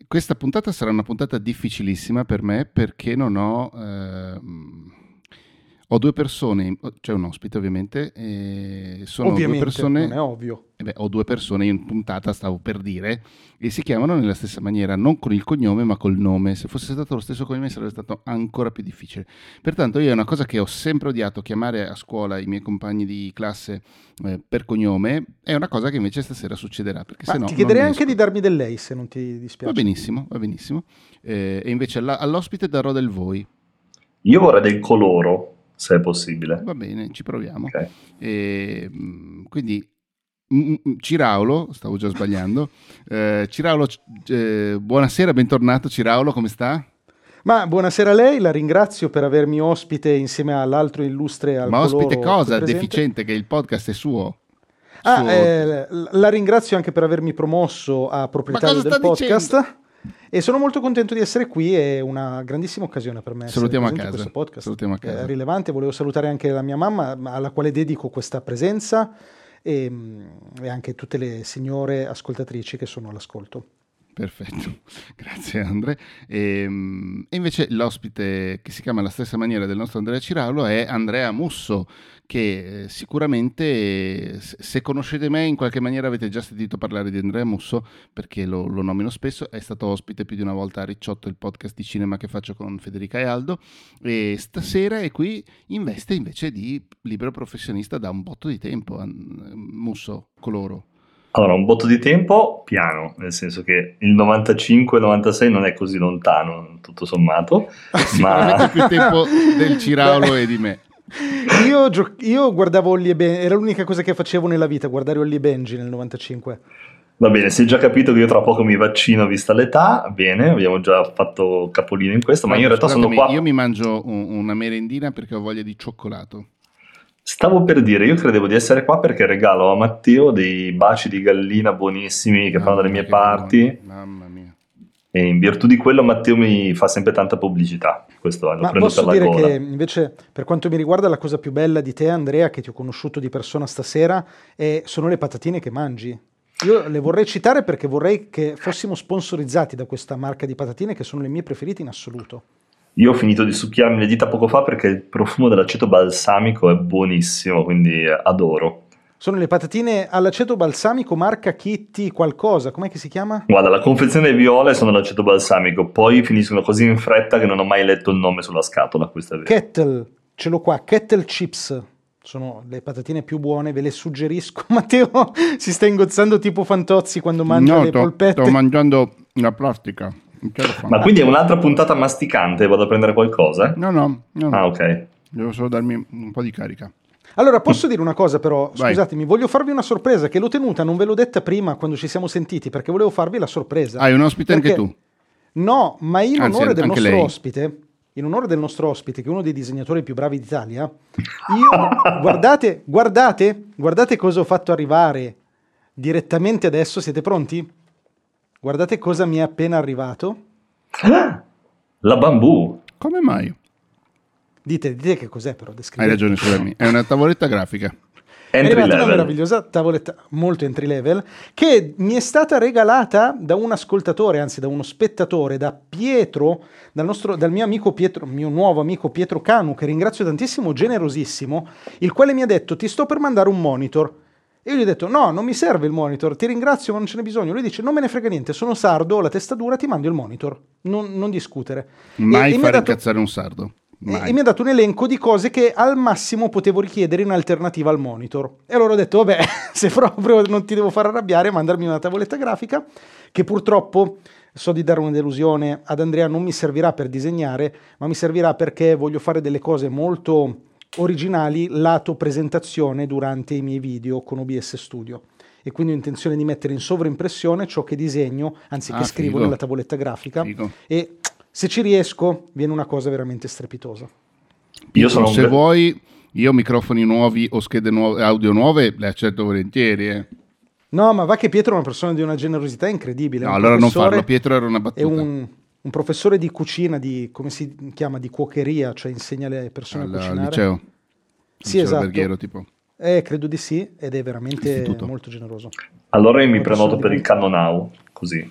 questa puntata sarà una puntata difficilissima per me perché non ho... ho due persone, c'è un ospite ovviamente, e sono Ovviamente, due persone... non è ovvio. Ho due persone in puntata, stavo per dire, e si chiamano nella stessa maniera, non con il cognome ma col nome. Se fosse stato lo stesso cognome sarebbe stato ancora più difficile. Pertanto io è una cosa che ho sempre odiato, chiamare a scuola i miei compagni di classe per cognome, è una cosa che invece stasera succederà. Perché Ma se no ti chiederei non anche riesco. di darmi del lei, se non ti dispiace. Va benissimo, va benissimo. E invece all'ospite darò del voi. Io vorrei del coloro, se è possibile. Va bene, ci proviamo. Ok. Quindi Ciraulo, stavo già sbagliando. Ciraulo, buonasera, bentornato Ciraulo, come sta? Ma buonasera a lei, la ringrazio per avermi ospite insieme all'altro illustre al Ma ospite coloro cosa? qui presente. Deficiente, che il podcast è suo. La ringrazio anche per avermi promosso a proprietario del podcast. E sono molto contento di essere qui, è una grandissima occasione per me. Salutiamo a essere casa. Questo podcast Salutiamo a casa. È rilevante, volevo salutare anche la mia mamma, alla quale dedico questa presenza, e anche tutte le signore ascoltatrici che sono all'ascolto. Perfetto, grazie Andre. E invece l'ospite che si chiama alla stessa maniera del nostro Andrea Ciraulo è Andrea Musso, che sicuramente, se conoscete me in qualche maniera avete già sentito parlare di Andrea Musso, perché lo nomino spesso. È stato ospite più di una volta a Ricciotto, il podcast di cinema che faccio con Federica e Aldo, e stasera è qui in veste invece di libero professionista da un botto di tempo. Musso, coloro. Allora, un botto di tempo piano, nel senso che il 95-96 non è così lontano, tutto sommato. Sicuramente più tempo del Ciraulo e di me. Io guardavo Holly e Benji, era l'unica cosa che facevo nella vita, guardare Holly e Benji nel 95. Va bene, si è già capito che io tra poco mi vaccino vista l'età, bene, abbiamo già fatto capolino in questo, ma io in realtà sono qua... Io mi mangio una merendina perché ho voglia di cioccolato. Stavo per dire, io credevo di essere qua perché regalo a Matteo dei baci di gallina buonissimi che fanno dalle mie parti. Mamma mia. E in virtù di quello Matteo mi fa sempre tanta pubblicità. Questo lo prendo posso per la dire gola. che invece, per quanto mi riguarda, la cosa più bella di te, Andrea, che ti ho conosciuto di persona stasera, sono le patatine che mangi. Io le vorrei citare perché vorrei che fossimo sponsorizzati da questa marca di patatine, che sono le mie preferite in assoluto. Io ho finito di succhiarmi le dita poco fa perché il profumo dell'aceto balsamico è buonissimo, quindi adoro. Sono le patatine all'aceto balsamico marca Kitty qualcosa, com'è che si chiama? Guarda, la confezione viole sono l'aceto balsamico, poi finiscono così in fretta che non ho mai letto il nome sulla scatola, questo è vero. Kettle, ce l'ho qua, Kettle Chips. Sono le patatine più buone, ve le suggerisco. Matteo si sta ingozzando tipo Fantozzi quando mangia le polpette. Sto mangiando la plastica. Ma quindi è un'altra puntata masticante? Vado a prendere qualcosa? No. Ah, ok. Devo solo darmi un po' di carica. Allora, posso dire una cosa però? Vai. Scusatemi, voglio farvi una sorpresa che l'ho tenuta, non ve l'ho detta prima quando ci siamo sentiti, perché volevo farvi la sorpresa. Hai un ospite anche tu? No, ma in onore del nostro lei. ospite, in onore del nostro ospite, che è uno dei disegnatori più bravi d'Italia, io, guardate cosa ho fatto arrivare direttamente adesso, siete pronti? Guardate cosa mi è appena arrivato. La bambù. Come mai? Dite che cos'è però, descrivete. Hai ragione, scusami. È una tavoletta grafica. È Entry arrivata una level. meravigliosa tavoletta molto entry level che mi è stata regalata da un ascoltatore, anzi da uno spettatore, da Pietro, dal mio amico Pietro, mio nuovo amico Pietro Canu, che ringrazio tantissimo, generosissimo, il quale mi ha detto: ti sto per mandare un monitor. E io gli ho detto: no, non mi serve il monitor, ti ringrazio ma non ce n'è bisogno. Lui dice: non me ne frega niente, sono sardo, ho la testa dura, ti mando il monitor, non discutere. Mai e fare incazzare un sardo. E mi ha dato un elenco di cose che al massimo potevo richiedere in alternativa al monitor. E allora ho detto: vabbè, se proprio non ti devo far arrabbiare, mandarmi una tavoletta grafica, che purtroppo, so di dare una delusione ad Andrea, non mi servirà per disegnare, ma mi servirà perché voglio fare delle cose molto originali lato presentazione durante i miei video con OBS Studio. E quindi ho intenzione di mettere in sovraimpressione ciò che disegno, anzi che scrivo figo. nella tavoletta grafica. Figo. E se ci riesco, viene una cosa veramente strepitosa. Se vuoi, io microfoni nuovi o schede nuove, audio nuove, le accetto volentieri. No, ma va che Pietro è una persona di una generosità incredibile. No, allora non farlo, Pietro era una battuta. È un professore di cucina, di come si chiama, di cuocheria, cioè insegna alle persone a cucinare. Al liceo? Sì, esatto. Alberghiero, tipo. Credo di sì, ed è veramente molto generoso. Allora io mi prenoto per il Canon Now, così.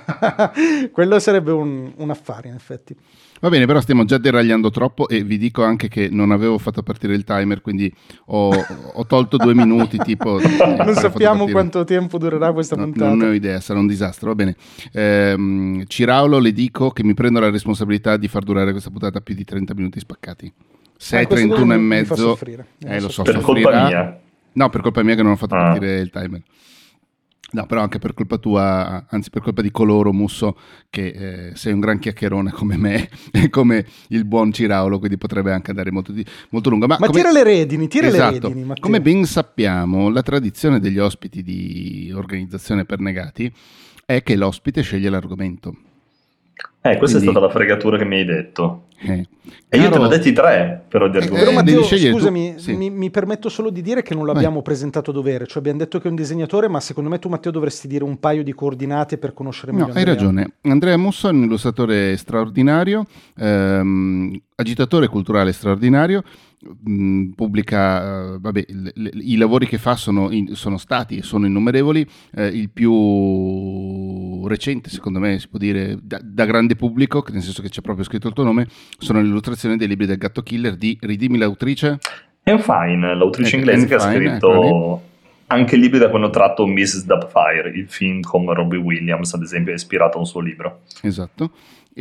Quello sarebbe un affare, in effetti. Va bene, però stiamo già deragliando troppo e vi dico anche che non avevo fatto partire il timer, quindi ho tolto 2 minuti tipo. Non sappiamo quanto tempo durerà questa puntata. Non ne ho idea, sarà un disastro, va bene. Ciraulo, le dico che mi prendo la responsabilità di far durare questa puntata più di 30 minuti spaccati. Se è 31 e mezzo, lo so, per colpa mia. No, per colpa mia che non ho fatto partire il timer. No, però anche per colpa tua, anzi per colpa di coloro, Musso, che sei un gran chiacchierone come me e come il buon Ciraulo, quindi potrebbe anche andare molto lungo. Ma tira le redini, le redini. Matteo. Come ben sappiamo, la tradizione degli ospiti di Organizzazione per Negati è che l'ospite sceglie l'argomento. Questa è stata la fregatura che mi hai detto. E io te ne ho detti 3 però di argomenti. Però Matteo, scusami, sì. mi permetto solo di dire che non l'abbiamo presentato a dovere, cioè abbiamo detto che è un disegnatore, ma secondo me tu, Matteo, dovresti dire un paio di coordinate per conoscere meglio Andrea. Hai ragione. Andrea Musso è un illustratore straordinario, agitatore culturale straordinario, pubblica i lavori che fa sono stati e sono innumerevoli. Il più recente, secondo me, si può dire da grande pubblico, nel senso che c'è proprio scritto il tuo nome, sono le illustrazioni dei libri del Gatto Killer di, ridimmi l'autrice? Anne Fine, l'autrice inglese che ha scritto anche libri da cui hanno tratto Mrs. Doubtfire, il film con Robbie Williams, ad esempio, è ispirato a un suo libro. Esatto.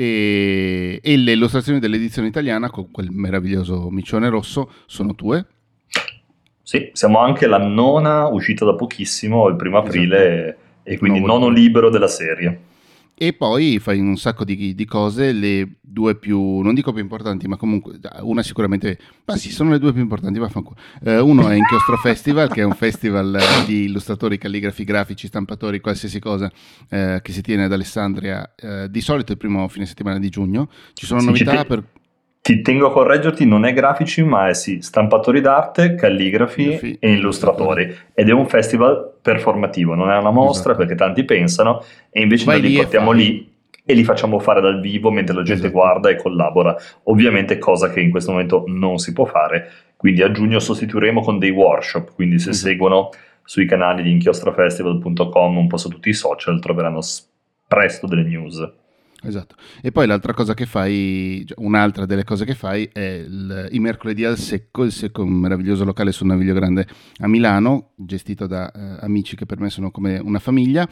E le illustrazioni dell'edizione italiana con quel meraviglioso micione rosso sono tue? Sì, siamo anche la 9ª uscita da pochissimo, il 1° aprile, esatto. E quindi nono libro della serie. E poi fai un sacco di cose, le 2 più, non dico più importanti, ma comunque una sicuramente, ma sì, sono le 2 più importanti, vaffanculo. Uno è Inchiostro Festival, che è un festival di illustratori, calligrafi, grafici, stampatori, qualsiasi cosa, che si tiene ad Alessandria, di solito il primo fine settimana di giugno. Ci sono novità Ti tengo a correggerti, non è grafici, ma è stampatori d'arte, calligrafi e illustratori. Ed è un festival performativo, non è una mostra, esatto. Perché tanti pensano, e invece noi li portiamo lì e li facciamo fare dal vivo mentre la gente guarda e collabora. Ovviamente cosa che in questo momento non si può fare, quindi a giugno sostituiremo con dei workshop, quindi se seguono sui canali di inchiostrofestival.com, un po' su tutti i social, troveranno presto delle news. Esatto. E poi l'altra cosa che fai, un'altra delle cose che fai è i mercoledì al Secco. Il Secco è un meraviglioso locale sul Naviglio Grande a Milano, gestito da amici che per me sono come una famiglia,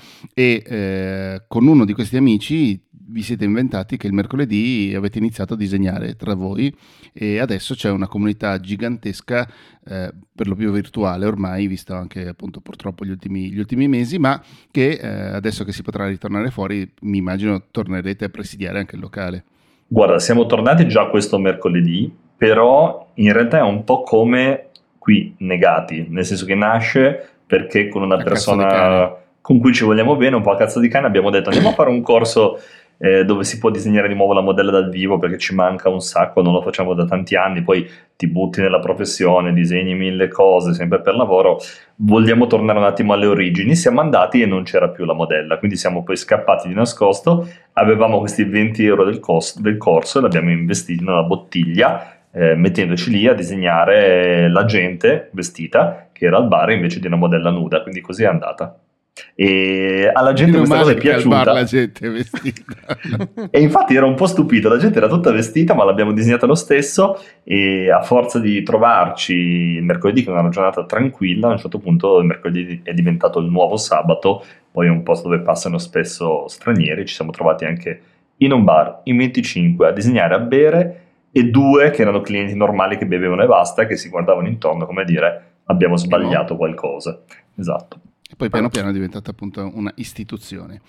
e con uno di questi amici vi siete inventati che il mercoledì avete iniziato a disegnare tra voi, e adesso c'è una comunità gigantesca, per lo più virtuale ormai, visto anche appunto purtroppo gli ultimi mesi, ma che adesso che si potrà ritornare fuori, mi immagino tornerete a presidiare anche il locale. Guarda, siamo tornati già questo mercoledì, però in realtà è un po' come qui Negati, nel senso che nasce perché con una persona con cui ci vogliamo bene, un po' a cazzo di cane, abbiamo detto andiamo a fare un corso dove si può disegnare di nuovo la modella dal vivo, perché ci manca un sacco, non lo facciamo da tanti anni, poi ti butti nella professione, disegni 1000 cose sempre per lavoro, vogliamo tornare un attimo alle origini. Siamo andati e non c'era più la modella, quindi siamo poi scappati di nascosto, avevamo questi 20 euro del corso e l'abbiamo investiti nella bottiglia, mettendoci lì a disegnare la gente vestita che era al bar invece di una modella nuda, quindi così è andata. E alla gente questa cosa è piaciuta, la gente vestita. E infatti ero un po' stupito, la gente era tutta vestita, ma l'abbiamo disegnata lo stesso, e a forza di trovarci il mercoledì, che è una giornata tranquilla, a un certo punto il mercoledì è diventato il nuovo sabato, poi è un posto dove passano spesso stranieri, ci siamo trovati anche in un bar in 25 a disegnare, a bere, e 2 che erano clienti normali che bevevano e basta, che si guardavano intorno come a dire abbiamo sbagliato qualcosa. Esatto. E poi piano piano è diventata appunto una istituzione.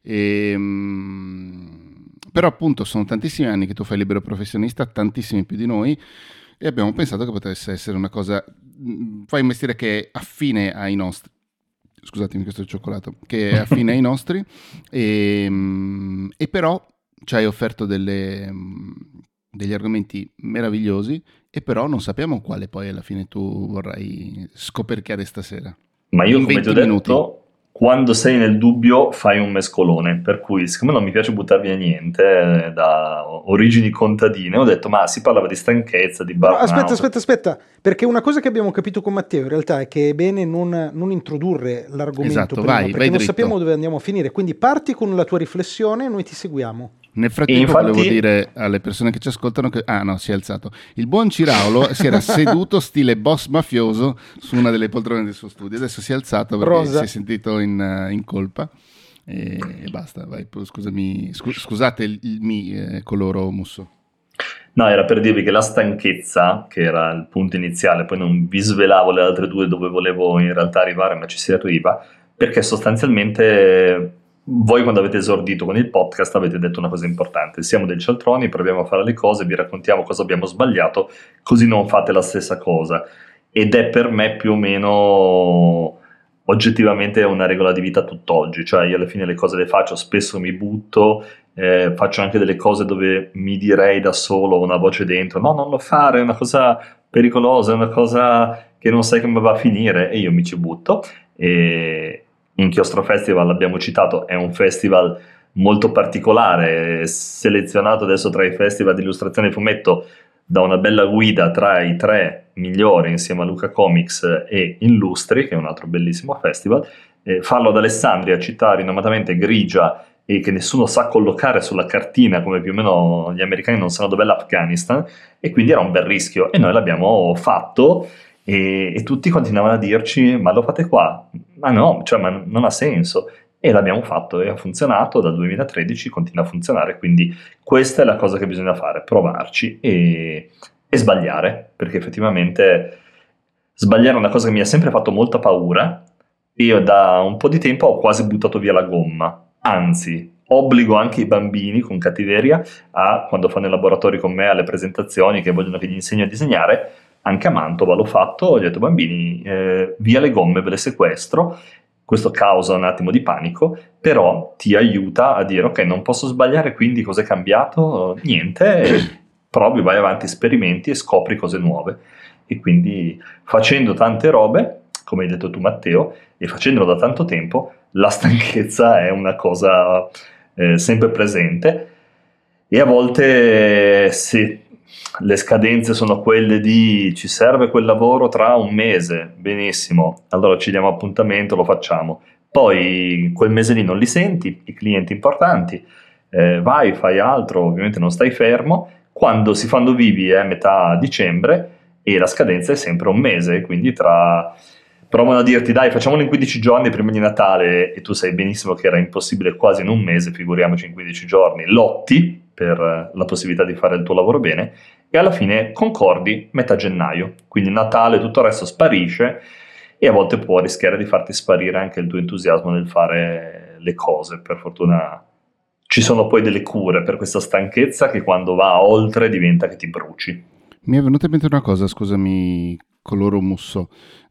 Però appunto sono tantissimi anni che tu fai libero professionista, tantissimi più di noi, e abbiamo pensato che potesse essere una cosa, fai un mestiere che è affine ai nostri, scusatemi questo è il cioccolato, che è affine ai nostri, e però ci hai offerto degli argomenti meravigliosi, e però non sappiamo quale poi alla fine tu vorrai scoperchiare stasera. Ma io, come ti ho detto, quando sei nel dubbio fai un mescolone, per cui siccome non mi piace buttare via niente da origini contadine, ho detto ma si parlava di stanchezza, di burnout. Aspetta, perché una cosa che abbiamo capito con Matteo in realtà è che è bene non introdurre l'argomento Esatto, prima, vai perché non dritto. sappiamo dove andiamo a finire, quindi parti con la tua riflessione e noi ti seguiamo. Nel frattempo infatti, volevo dire alle persone che ci ascoltano che... Ah no, si è alzato. Il buon Ciraulo si era seduto stile boss mafioso su una delle poltrone del suo studio. Adesso si è alzato perché Rosa. si è sentito in colpa. E basta, vai. Scusami, scusate il mi coloro musso. No, era per dirvi che la stanchezza, che era il punto iniziale, poi non vi svelavo le altre due dove volevo in realtà arrivare, ma ci si arriva, perché sostanzialmente voi quando avete esordito con il podcast avete detto una cosa importante: siamo dei cialtroni, proviamo a fare le cose, vi raccontiamo cosa abbiamo sbagliato, così non fate la stessa cosa. Ed è per me più o meno oggettivamente una regola di vita tutt'oggi, cioè io alla fine le cose le faccio, spesso mi butto, faccio anche delle cose dove mi direi da solo, una voce dentro, no, non lo fare, è una cosa pericolosa, è una cosa che non sai come va a finire, e io mi ci butto. E Inchiostro Festival, l'abbiamo citato, è un festival molto particolare, selezionato adesso tra i festival di illustrazione e fumetto da una bella guida tra i 3 migliori insieme a Luca Comics e Illustri, che è un altro bellissimo festival. Farlo ad Alessandria, città rinomatamente grigia e che nessuno sa collocare sulla cartina, come più o meno gli americani non sanno dov'è l'Afghanistan, e quindi era un bel rischio, e noi l'abbiamo fatto. E tutti continuavano a dirci ma lo fate qua? Ma no, cioè, ma non ha senso. E l'abbiamo fatto e ha funzionato, dal 2013 continua a funzionare, quindi questa è la cosa che bisogna fare, provarci e sbagliare, perché effettivamente sbagliare è una cosa che mi ha sempre fatto molta paura. Io da un po' di tempo ho quasi buttato via la gomma, anzi obbligo anche i bambini con cattiveria quando fanno i laboratori con me alle presentazioni che vogliono che gli insegni a disegnare. Anche a Mantova l'ho fatto, ho detto bambini, via le gomme, ve le sequestro. Questo causa un attimo di panico, però ti aiuta a dire ok, non posso sbagliare, quindi cos'è cambiato? Niente, provi, vai avanti, sperimenti e scopri cose nuove. E quindi facendo tante robe, come hai detto tu Matteo, e facendolo da tanto tempo, la stanchezza è una cosa sempre presente, e a volte se le scadenze sono quelle di ci serve quel lavoro tra un mese, benissimo, allora ci diamo appuntamento, lo facciamo, poi quel mese lì non li senti, i clienti importanti, vai, fai altro, ovviamente non stai fermo, quando si fanno vivi è metà dicembre e la scadenza è sempre un mese, quindi provano a dirti dai facciamolo in 15 giorni prima di Natale, e tu sai benissimo che era impossibile quasi in un mese, figuriamoci in 15 giorni, lotti per la possibilità di fare il tuo lavoro bene, e alla fine concordi metà gennaio, quindi Natale, tutto il resto sparisce, e a volte può rischiare di farti sparire anche il tuo entusiasmo nel fare le cose. Per fortuna ci sono poi delle cure per questa stanchezza che quando va oltre diventa che ti bruci. Mi è venuta in mente una cosa, scusami coloro musso,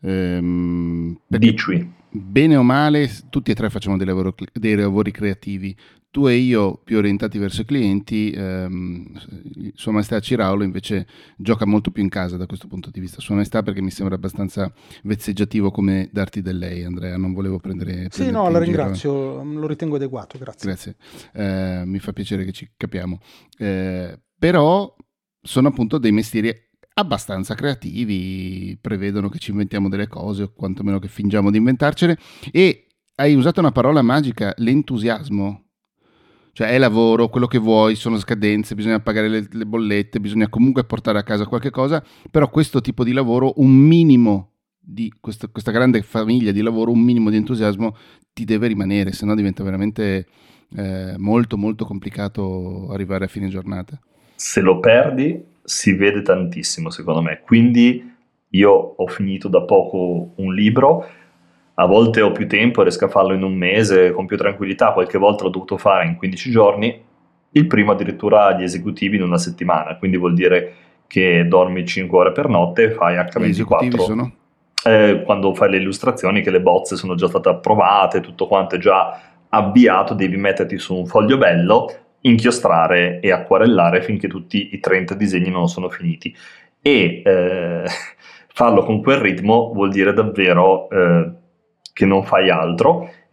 Dici. Bene o male tutti e tre facciamo dei lavori creativi, tu e io più orientati verso i clienti, Sua Maestà Ciraulo invece gioca molto più in casa da questo punto di vista. Sua Maestà perché mi sembra abbastanza vezzeggiativo come darti del lei, Andrea, non volevo prendere Sì, no, la ringrazio, lo ritengo adeguato, grazie. Mi fa piacere che ci capiamo, però sono appunto dei mestieri abbastanza creativi, prevedono che ci inventiamo delle cose o quantomeno che fingiamo di inventarcene, e hai usato una parola magica, l'entusiasmo. Cioè è lavoro, quello che vuoi, sono scadenze, bisogna pagare le bollette, bisogna comunque portare a casa qualche cosa, però questo tipo di lavoro, un minimo di questa grande famiglia di lavoro, un minimo di entusiasmo ti deve rimanere, se no diventa veramente molto molto complicato arrivare a fine giornata. Se lo perdi si vede tantissimo secondo me, quindi io ho finito da poco un libro, a volte ho più tempo, riesco a farlo in un mese con più tranquillità, qualche volta l'ho dovuto fare in 15 giorni, il primo addirittura gli esecutivi in una settimana, quindi vuol dire che dormi 5 ore per notte e fai H24. Gli esecutivi sono? Quando fai le illustrazioni, che le bozze sono già state approvate, tutto quanto è già avviato, devi metterti su un foglio bello, inchiostrare e acquarellare finché tutti i 30 disegni non sono finiti, e farlo con quel ritmo vuol dire davvero che non fai altro,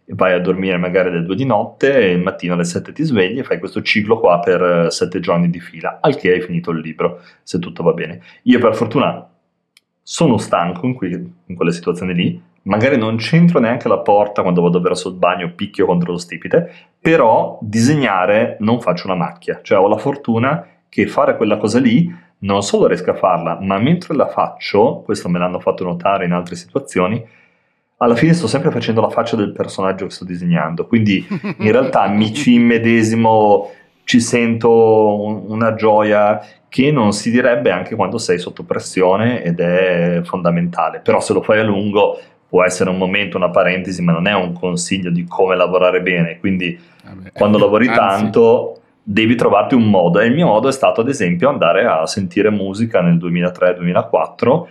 vai a dormire magari alle 2 di notte e il mattino alle 7 ti svegli e fai questo ciclo qua per 7 giorni di fila, al che hai finito il libro, se tutto va bene. Io per fortuna sono stanco in quelle situazioni lì, magari non c'entro neanche alla porta quando vado verso il bagno, picchio contro lo stipite, però disegnare non faccio una macchia, cioè ho la fortuna che fare quella cosa lì non solo riesco a farla, ma mentre la faccio, questo me l'hanno fatto notare in altre situazioni, alla fine sto sempre facendo la faccia del personaggio che sto disegnando, quindi in realtà mi ci immedesimo, ci sento una gioia che non si direbbe anche quando sei sotto pressione, ed è fondamentale. Però se lo fai a lungo può essere un momento, una parentesi, ma non è un consiglio di come lavorare bene, quindi quando lavori tanto devi trovarti un modo, e il mio modo è stato ad esempio andare a sentire musica nel 2003-2004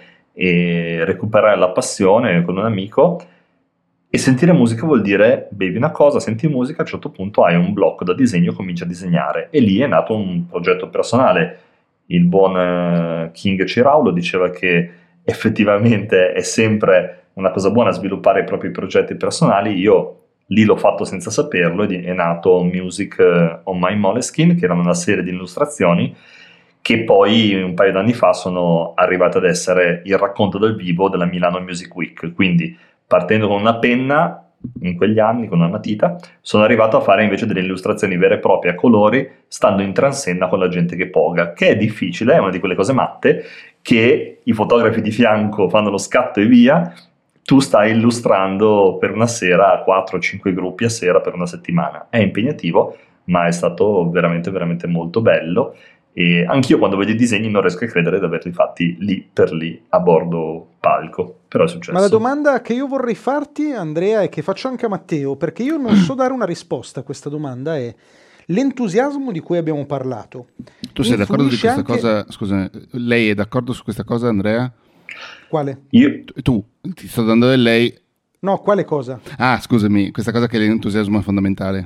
e recuperare la passione con un amico. E sentire musica vuol dire bevi una cosa, senti musica, a un certo punto hai un blocco da disegno, cominci a disegnare, e lì è nato un progetto personale. Il buon King Ciraulo diceva che effettivamente è sempre una cosa buona sviluppare i propri progetti personali. Io lì l'ho fatto senza saperlo, ed è nato Music on My Moleskine, che era una serie di illustrazioni che poi un paio d'anni fa sono arrivate ad essere il racconto dal vivo della Milano Music Week. Quindi partendo con una penna, in quegli anni, con una matita, sono arrivato a fare invece delle illustrazioni vere e proprie a colori, stando in transenna con la gente che poga, che è difficile, è una di quelle cose matte, che i fotografi di fianco fanno lo scatto e via, tu stai illustrando per una sera 4-5 gruppi a sera per una settimana. È impegnativo, ma è stato veramente, veramente molto bello. E anch'io quando vedo i disegni non riesco a credere di averli fatti lì per lì a bordo palco, però è successo. Ma la domanda che io vorrei farti, Andrea, e che faccio anche a Matteo, perché io non so dare una risposta a questa domanda, è l'entusiasmo di cui abbiamo parlato. Tu sei d'accordo di questa cosa? Scusa, lei è d'accordo su questa cosa, Andrea? Quale? Io? Tu, ti sto dando del lei. No, quale cosa? Ah, scusami, questa cosa che l'entusiasmo è fondamentale.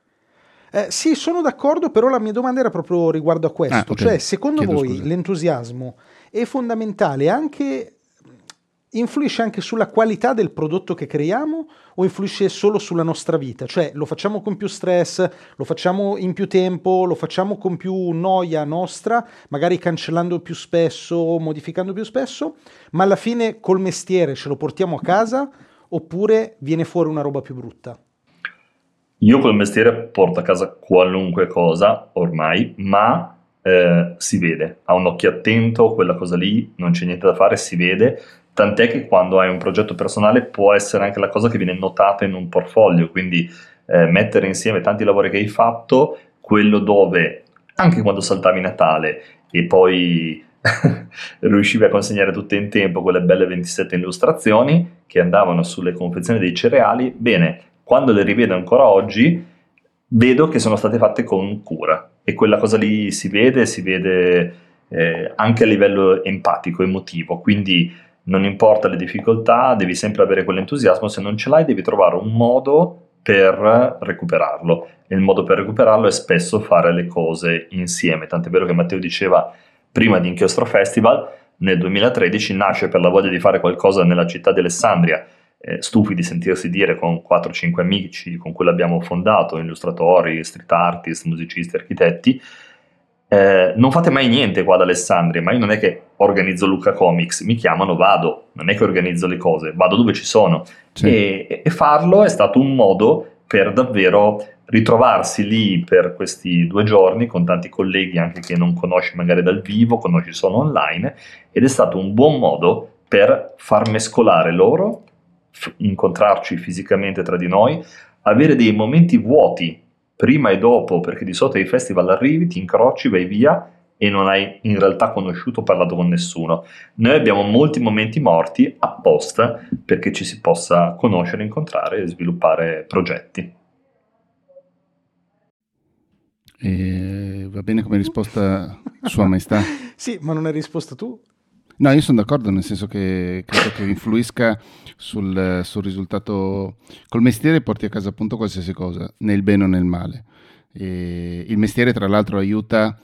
Sì, sono d'accordo, però la mia domanda era proprio riguardo a questo. Okay. Cioè, secondo voi scusa. l'entusiasmo è fondamentale anche, influisce anche sulla qualità del prodotto che creiamo, o influisce solo sulla nostra vita? Cioè, lo facciamo con più stress, lo facciamo in più tempo, lo facciamo con più noia nostra, magari cancellando più spesso, modificando più spesso, ma alla fine col mestiere ce lo portiamo a casa, oppure viene fuori una roba più brutta? Io col mestiere porto a casa qualunque cosa ormai, ma si vede, ha un occhio attento, quella cosa lì, non c'è niente da fare, si vede, tant'è che quando hai un progetto personale può essere anche la cosa che viene notata in un portfolio, quindi mettere insieme tanti lavori che hai fatto, quello dove anche quando saltavi Natale e poi riuscivi a consegnare tutte in tempo quelle belle 27 illustrazioni che andavano sulle confezioni dei cereali, bene, quando le rivedo ancora oggi, vedo che sono state fatte con cura, e quella cosa lì si vede anche a livello empatico, emotivo, quindi non importa le difficoltà, devi sempre avere quell'entusiasmo, se non ce l'hai devi trovare un modo per recuperarlo, e il modo per recuperarlo è spesso fare le cose insieme, tant'è vero che Matteo diceva prima di Inchiostro Festival, nel 2013 nasce per la voglia di fare qualcosa nella città di Alessandria, stufi di sentirsi dire con 4-5 amici con cui l'abbiamo fondato, illustratori, street artist, musicisti, architetti, non fate mai niente qua ad Alessandria, ma io non è che organizzo Luca Comics, mi chiamano, vado, non è che organizzo le cose, vado dove ci sono. Sì. E farlo è stato un modo per davvero ritrovarsi lì per questi 2 giorni con tanti colleghi anche che non conosci magari dal vivo, conosci solo online, ed è stato un buon modo per far mescolare loro, incontrarci fisicamente tra di noi, avere dei momenti vuoti prima e dopo, perché di solito ai festival arrivi, ti incroci, vai via e non hai in realtà conosciuto o parlato con nessuno. Noi abbiamo molti momenti morti apposta perché ci si possa conoscere, incontrare e sviluppare progetti. Va bene come risposta, Sua Maestà? Sì, ma non hai risposto tu? No, io sono d'accordo, nel senso che credo che influisca sul risultato. Col mestiere porti a casa appunto qualsiasi cosa, nel bene o nel male. E il mestiere tra l'altro aiuta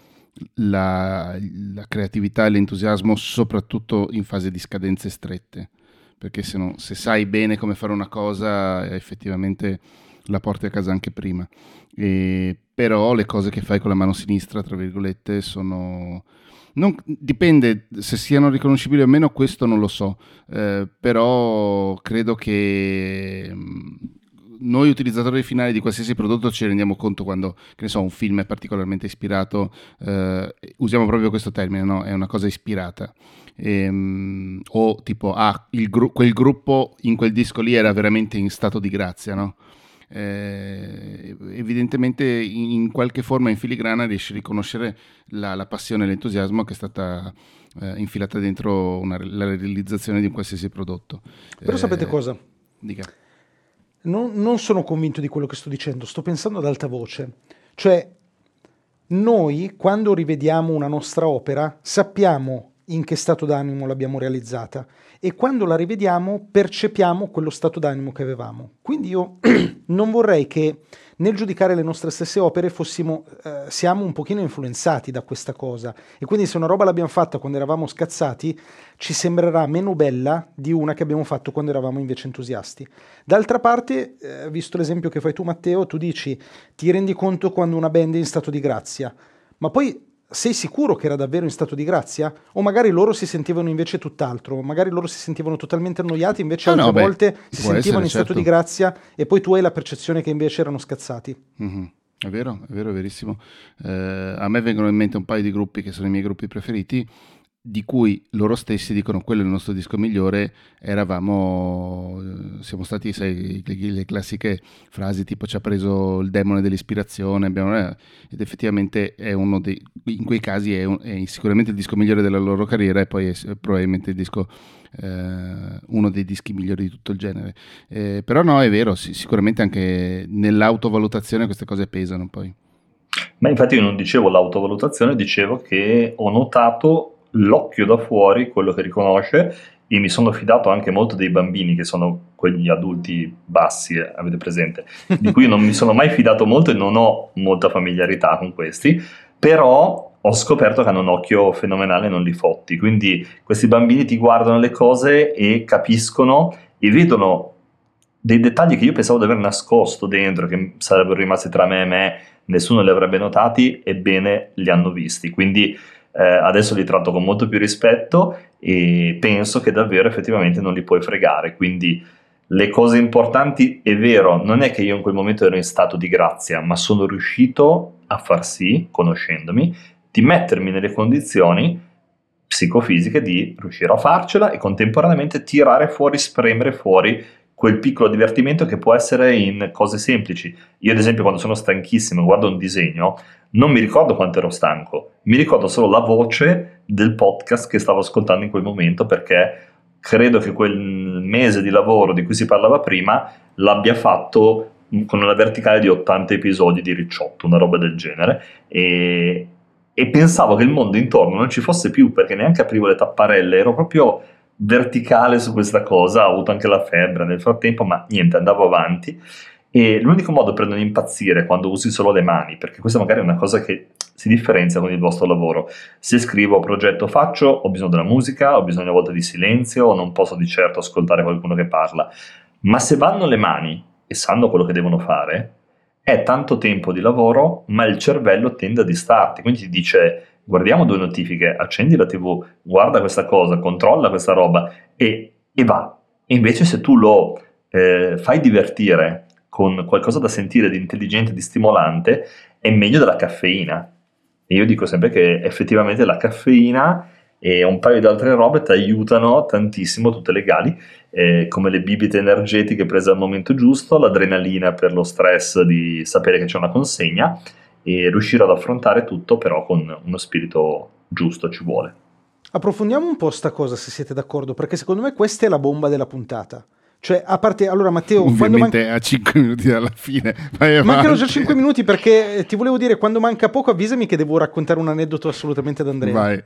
la creatività e l'entusiasmo soprattutto in fase di scadenze strette, perché se sai bene come fare una cosa, effettivamente la porti a casa anche prima. Però le cose che fai con la mano sinistra, tra virgolette, sono... dipende se siano riconoscibili o meno, questo non lo so, però credo che noi utilizzatori finali di qualsiasi prodotto ci rendiamo conto quando, che ne so, un film è particolarmente ispirato, usiamo proprio questo termine, no? È una cosa ispirata. O tipo, quel gruppo in quel disco lì era veramente in stato di grazia, no? Evidentemente in qualche forma, in filigrana, riesci a riconoscere la passione e l'entusiasmo che è stata infilata dentro la realizzazione di un qualsiasi prodotto. Però sapete cosa? Dica. Non sono convinto di quello che sto dicendo, sto pensando ad alta voce. Cioè, noi quando rivediamo una nostra opera sappiamo in che stato d'animo l'abbiamo realizzata e quando la rivediamo percepiamo quello stato d'animo che avevamo. Quindi io non vorrei che nel giudicare le nostre stesse opere siamo un pochino influenzati da questa cosa, e quindi se una roba l'abbiamo fatta quando eravamo scazzati ci sembrerà meno bella di una che abbiamo fatto quando eravamo invece entusiasti. D'altra parte, visto l'esempio che fai tu Matteo, tu dici ti rendi conto quando una band è in stato di grazia, ma poi sei sicuro che era davvero in stato di grazia? O magari loro si sentivano invece tutt'altro, magari loro si sentivano totalmente annoiati, invece altre volte si sentivano in stato di grazia e poi tu hai la percezione che invece erano scazzati. Mm-hmm. È vero, è verissimo. A me vengono in mente un paio di gruppi che sono i miei gruppi preferiti, di cui loro stessi dicono quello è il nostro disco migliore. Siamo stati, sai, le classiche frasi tipo ci ha preso il demone dell'ispirazione, ed effettivamente è uno in quei casi è sicuramente il disco migliore della loro carriera, e poi è probabilmente il disco uno dei dischi migliori di tutto il genere. Però no, è vero, sicuramente anche nell'autovalutazione queste cose pesano poi. Ma infatti io non dicevo l'autovalutazione, dicevo che ho notato l'occhio da fuori, quello che riconosce, e mi sono fidato anche molto dei bambini, che sono quegli adulti bassi, avete presente, di cui non mi sono mai fidato molto e non ho molta familiarità con questi, però ho scoperto che hanno un occhio fenomenale, non li fotti, quindi questi bambini ti guardano le cose e capiscono e vedono dei dettagli che io pensavo di aver nascosto dentro, che sarebbero rimasti tra me e me, nessuno li avrebbe notati, ebbene li hanno visti, quindi adesso li tratto con molto più rispetto e penso che davvero effettivamente non li puoi fregare. Quindi le cose importanti, è vero, non è che io in quel momento ero in stato di grazia, ma sono riuscito a far sì, conoscendomi, di mettermi nelle condizioni psicofisiche di riuscire a farcela e contemporaneamente tirare fuori, spremere fuori quel piccolo divertimento che può essere in cose semplici. Io ad esempio quando sono stanchissimo, guardo un disegno, non mi ricordo quanto ero stanco, mi ricordo solo la voce del podcast che stavo ascoltando in quel momento, perché credo che quel mese di lavoro di cui si parlava prima l'abbia fatto con una verticale di 80 episodi di Ricciotto, una roba del genere, e pensavo che il mondo intorno non ci fosse più, perché neanche aprivo le tapparelle, ero proprio verticale su questa cosa. Ho avuto anche la febbre nel frattempo, ma niente, andavo avanti. E l'unico modo per non impazzire quando usi solo le mani, perché questa magari è una cosa che si differenzia con il vostro lavoro, se scrivo, progetto, faccio, ho bisogno della musica, ho bisogno a volte di silenzio, non posso di certo ascoltare qualcuno che parla, ma se vanno le mani e sanno quello che devono fare, è tanto tempo di lavoro, ma il cervello tende a distarti, quindi ti dice guardiamo 2 notifiche, accendi la TV, guarda questa cosa, controlla questa roba e va. E invece se tu lo fai divertire con qualcosa da sentire di intelligente, di stimolante, è meglio della caffeina. E io dico sempre che effettivamente la caffeina e un paio di altre robe ti aiutano tantissimo, tutte legali, come le bibite energetiche prese al momento giusto, l'adrenalina per lo stress di sapere che c'è una consegna, e riuscire ad affrontare tutto però con uno spirito giusto ci vuole. Approfondiamo un po' sta cosa, se siete d'accordo, perché secondo me questa è la bomba della puntata. Cioè, a parte, allora Matteo, ovviamente a 5 minuti dalla fine mancano già 5 minuti, perché ti volevo dire, quando manca poco avvisami che devo raccontare un aneddoto assolutamente ad Andrea. Vai.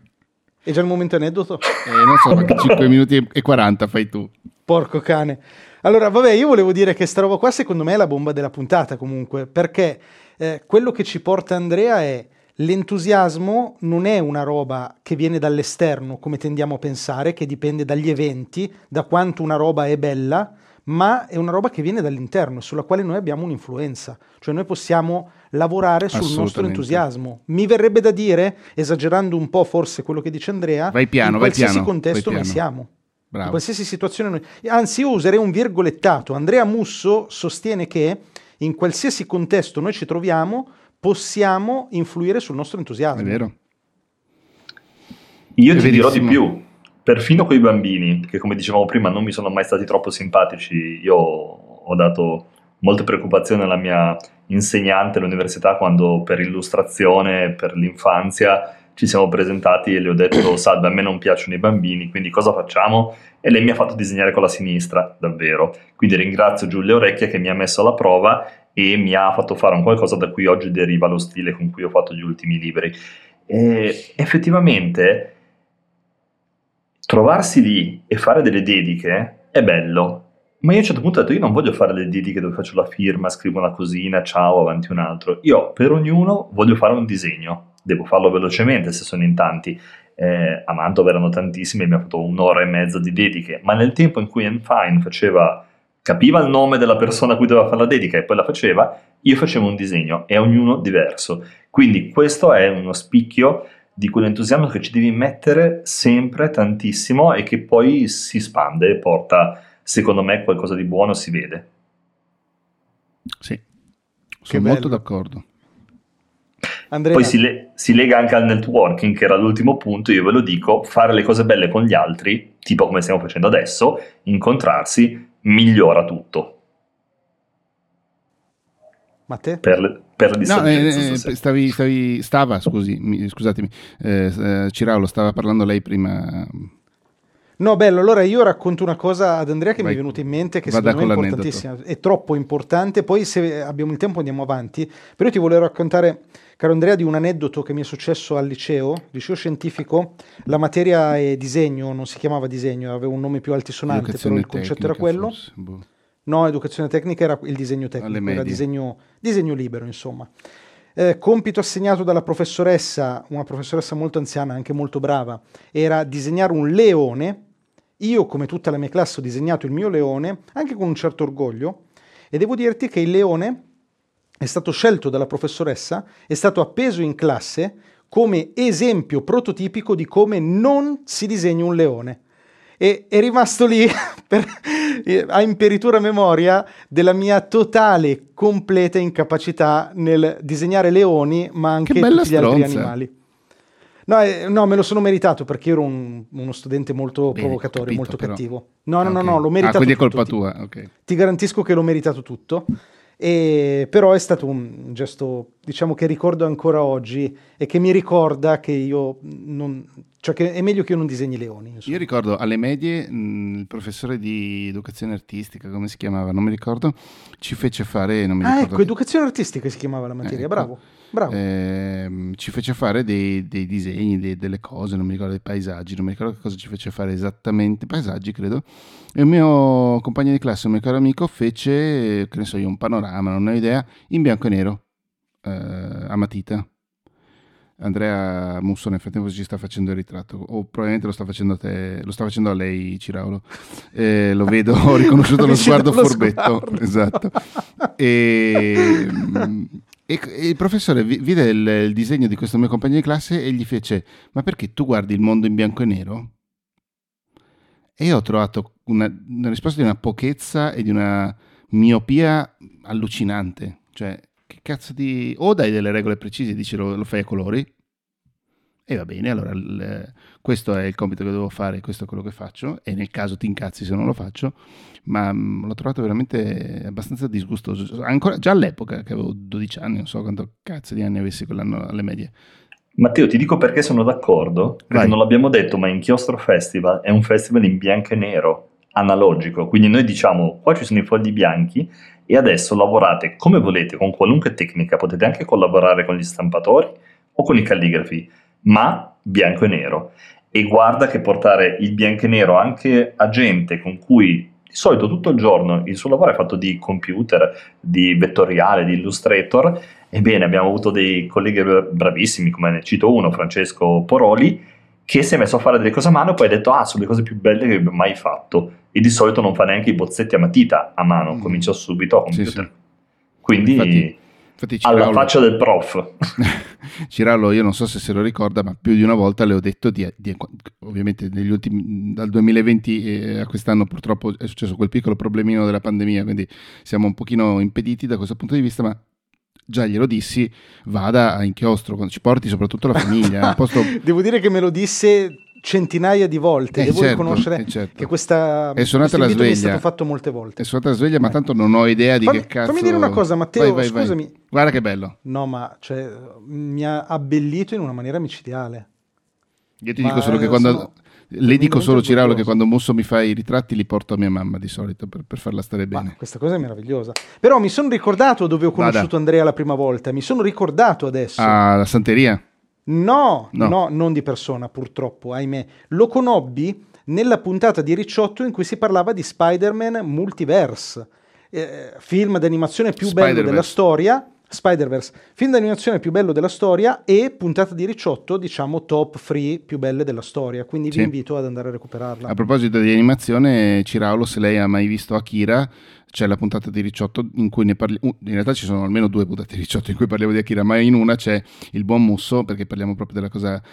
È già il momento aneddoto? Non so, perché 5 minuti e 40 fai tu. Porco cane. Allora, vabbè, io volevo dire che sta roba qua secondo me è la bomba della puntata comunque, perché quello che ci porta Andrea è l'entusiasmo non è una roba che viene dall'esterno, come tendiamo a pensare, che dipende dagli eventi, da quanto una roba è bella, ma è una roba che viene dall'interno, sulla quale noi abbiamo un'influenza. Cioè noi possiamo lavorare sul nostro entusiasmo. Mi verrebbe da dire, esagerando un po' forse quello che dice Andrea, vai piano, in qualsiasi vai piano, contesto vai noi piano. siamo. Bravo. In qualsiasi situazione noi... Anzi, io userei un virgolettato. Andrea Musso sostiene che in qualsiasi contesto noi ci troviamo possiamo influire sul nostro entusiasmo. È vero. Io ti dirò di più. Perfino quei bambini, che come dicevamo prima non mi sono mai stati troppo simpatici, io ho dato molte preoccupazioni alla mia insegnante all'università quando per illustrazione, per l'infanzia, ci siamo presentati e le ho detto salve, a me non piacciono i bambini, quindi cosa facciamo? E lei mi ha fatto disegnare con la sinistra, davvero. Quindi ringrazio Giulia Orecchia che mi ha messo alla prova e mi ha fatto fare un qualcosa da cui oggi deriva lo stile con cui ho fatto gli ultimi libri. E effettivamente... trovarsi lì e fare delle dediche è bello, ma io a un certo punto ho detto io non voglio fare le dediche dove faccio la firma, scrivo una cosina, ciao, avanti un altro. Io per ognuno voglio fare un disegno, devo farlo velocemente se sono in tanti. A Mantova erano tantissimi e mi ha fatto 1 ora e mezza di dediche, ma nel tempo in cui Enfine capiva il nome della persona a cui doveva fare la dedica e poi la faceva, io facevo un disegno e ognuno diverso. Quindi questo è uno spicchio di quell'entusiasmo che ci devi mettere sempre tantissimo e che poi si spande e porta, secondo me, qualcosa di buono si vede. Sì, sono molto d'accordo. Andrea. Poi si lega anche al networking, che era l'ultimo punto, io ve lo dico, fare le cose belle con gli altri, tipo come stiamo facendo adesso, incontrarsi, migliora tutto. Ma te? Per la distanza. Scusatemi, Ciraulo, stava parlando lei prima. No, bello, allora io racconto una cosa ad Andrea che mi è venuta in mente, che secondo me è importantissima, è troppo importante, poi se abbiamo il tempo andiamo avanti, però io ti volevo raccontare, caro Andrea, di un aneddoto che mi è successo al liceo scientifico. La materia è disegno, non si chiamava disegno, aveva un nome più altisonante, però il concetto era quello. Forse, boh. No, educazione tecnica era il disegno tecnico, era disegno libero, insomma. Compito assegnato dalla professoressa, una professoressa molto anziana, anche molto brava, era disegnare un leone. Io, come tutta la mia classe, ho disegnato il mio leone, anche con un certo orgoglio, e devo dirti che il leone è stato scelto dalla professoressa, è stato appeso in classe come esempio prototipico di come non si disegna un leone. E è rimasto lì a imperitura memoria della mia totale, completa incapacità nel disegnare leoni, ma anche tutti gli altri animali. No, me lo sono meritato perché ero uno studente molto provocatorio, molto cattivo. No, l'ho meritato. Quindi è tutto, colpa tua. Okay. Ti garantisco che l'ho meritato tutto. Però è stato un gesto, diciamo, che ricordo ancora oggi e che mi ricorda che io cioè che è meglio che io non disegni leoni, insomma. Io ricordo alle medie il professore di educazione artistica, come si chiamava, non mi ricordo, ci fece fare, non mi ricordo. Ecco, educazione artistica si chiamava la materia, bravo. Ci fece fare dei disegni, delle cose, non mi ricordo, dei paesaggi, non mi ricordo che cosa ci fece fare esattamente, paesaggi credo, e un mio compagno di classe, un mio caro amico, fece, che ne so io, un panorama, non ho idea, in bianco e nero, a matita. Andrea Musso nel frattempo ci sta facendo il ritratto, o probabilmente lo sta facendo a te, lo sta facendo a lei, Ciraulo. Lo vedo, ho riconosciuto lo sguardo furbetto, esatto. E il professore vide il disegno di questo mio compagno di classe e gli fece: ma perché tu guardi il mondo in bianco e nero? E io ho trovato una risposta di una pochezza e di una miopia allucinante. Cioè, che cazzo di... o dai delle regole precise e dici lo fai a colori e va bene, allora questo è il compito che devo fare, questo è quello che faccio, e nel caso ti incazzi se non lo faccio, ma l'ho trovato veramente abbastanza disgustoso, ancora già all'epoca che avevo 12 anni, non so quanto cazzo di anni avessi quell'anno alle medie. Matteo, ti dico perché sono d'accordo, perché non l'abbiamo detto, ma Inchiostro Festival è un festival in bianco e nero, analogico, quindi noi diciamo qua ci sono i fogli bianchi e adesso lavorate come volete con qualunque tecnica, potete anche collaborare con gli stampatori o con i calligrafi, ma bianco e nero. E guarda che portare il bianco e nero anche a gente con cui di solito tutto il giorno il suo lavoro è fatto di computer, di vettoriale, di Illustrator, Ebbene, abbiamo avuto dei colleghi bravissimi, come ne cito uno, Francesco Poroli, che si è messo a fare delle cose a mano e poi ha detto sono le cose più belle che abbia mai fatto, e di solito non fa neanche i bozzetti a matita a mano, comincia subito a computer. Sì. Quindi infatti alla faccia del prof. Ciraulo, io non so se lo ricorda, ma più di una volta le ho detto ovviamente negli ultimi, dal 2020 a quest'anno purtroppo è successo quel piccolo problemino della pandemia, quindi siamo un pochino impediti da questo punto di vista, ma già glielo dissi, vada a inchiostro, quando ci porti soprattutto la famiglia. Devo dire che me lo disse centinaia di volte, devo riconoscere che questo invito mi è stato fatto molte volte. È suonata la sveglia, ma tanto non ho idea di che cazzo. Fammi dire una cosa, Matteo, vai, scusami. Vai. Guarda che bello. No, ma mi ha abbellito in una maniera micidiale. Io ti dico solo che quando... Le dico solo, Ciraulo, che quando Musso mi fa i ritratti li porto a mia mamma di solito per farla stare bene. Ma questa cosa è meravigliosa. Però mi sono ricordato dove ho conosciuto Andrea la prima volta. Mi sono ricordato adesso. La Santeria? No, non di persona, purtroppo, ahimè. Lo conobbi nella puntata di Ricciotto in cui si parlava di Spider-Man Multiverse, film d'animazione più bello della storia. Spider-Verse, film d'animazione più bello della storia e puntata di Ricciotto, diciamo top 3 più belle della storia, quindi vi invito ad andare a recuperarla. A proposito di animazione, Ciraulo, se lei ha mai visto Akira, c'è la puntata di Ricciotto in cui ne parliamo. In realtà ci sono almeno 2 puntate di Ricciotto in cui parliamo di Akira, ma in una c'è il buon Musso, perché parliamo proprio della cosa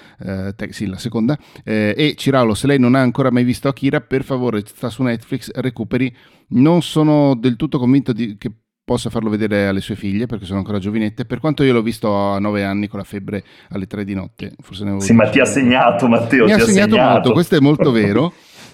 la seconda, e Ciraulo, se lei non ha ancora mai visto Akira, per favore, sta su Netflix, recuperi. Non sono del tutto convinto che possa farlo vedere alle sue figlie perché sono ancora giovinette, per quanto io l'ho visto a 9 anni con la febbre alle 3 di notte, forse ne sì, ma ti ha segnato, Matteo, mi ha segnato molto, questo è molto vero.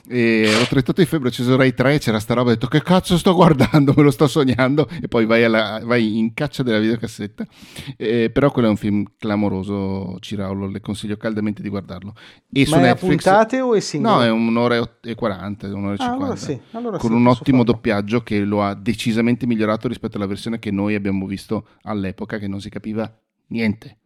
E ho 38 di febbre, ho acceso Rai 3, c'era sta roba, ho detto che cazzo sto guardando, me lo sto sognando, e poi vai in caccia della videocassetta. Però quello è un film clamoroso, Ciraulo, le consiglio caldamente di guardarlo. E ma è Netflix, a puntate o è singolo? No, è 1 ora e 40, 1 ora e 50, allora con un ottimo doppiaggio che lo ha decisamente migliorato rispetto alla versione che noi abbiamo visto all'epoca, che non si capiva niente.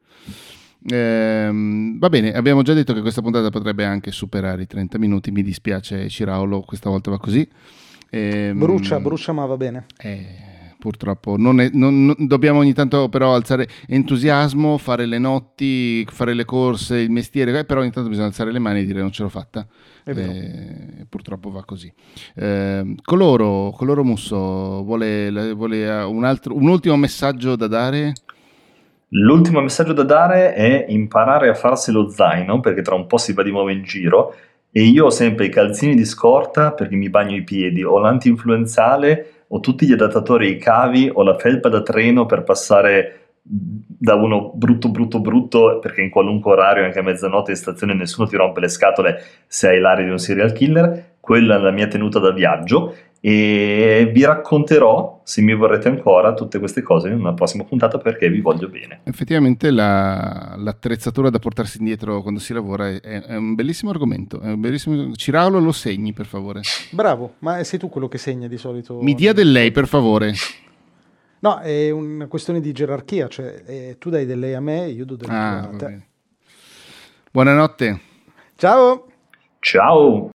Va bene, abbiamo già detto che questa puntata potrebbe anche superare i 30 minuti, mi dispiace Ciraulo, questa volta va così. Brucia ma va bene. Purtroppo non dobbiamo ogni tanto però alzare entusiasmo, fare le notti, fare le corse, il mestiere, però ogni tanto bisogna alzare le mani e dire non ce l'ho fatta. Purtroppo va così. Coloro Musso vuole un ultimo messaggio da dare? L'ultimo messaggio da dare è imparare a farsi lo zaino, perché tra un po' si va di nuovo in giro, e io ho sempre i calzini di scorta perché mi bagno i piedi, ho l'antinfluenzale, ho tutti gli adattatori ai cavi, ho la felpa da treno per passare da uno brutto perché in qualunque orario, anche a mezzanotte in stazione, nessuno ti rompe le scatole se hai l'aria di un serial killer. Quella è la mia tenuta da viaggio, e vi racconterò, se mi vorrete ancora, tutte queste cose in una prossima puntata, perché vi voglio bene. Effettivamente l'attrezzatura da portarsi indietro quando si lavora è un bellissimo argomento, è un bellissimo... Ciraulo, lo segni per favore. Bravo, ma sei tu quello che segna di solito? Mi dia del lei per favore. No, è una questione di gerarchia, cioè tu dai del lei a me, io do del tu a te. Buonanotte. Ciao. Ciao.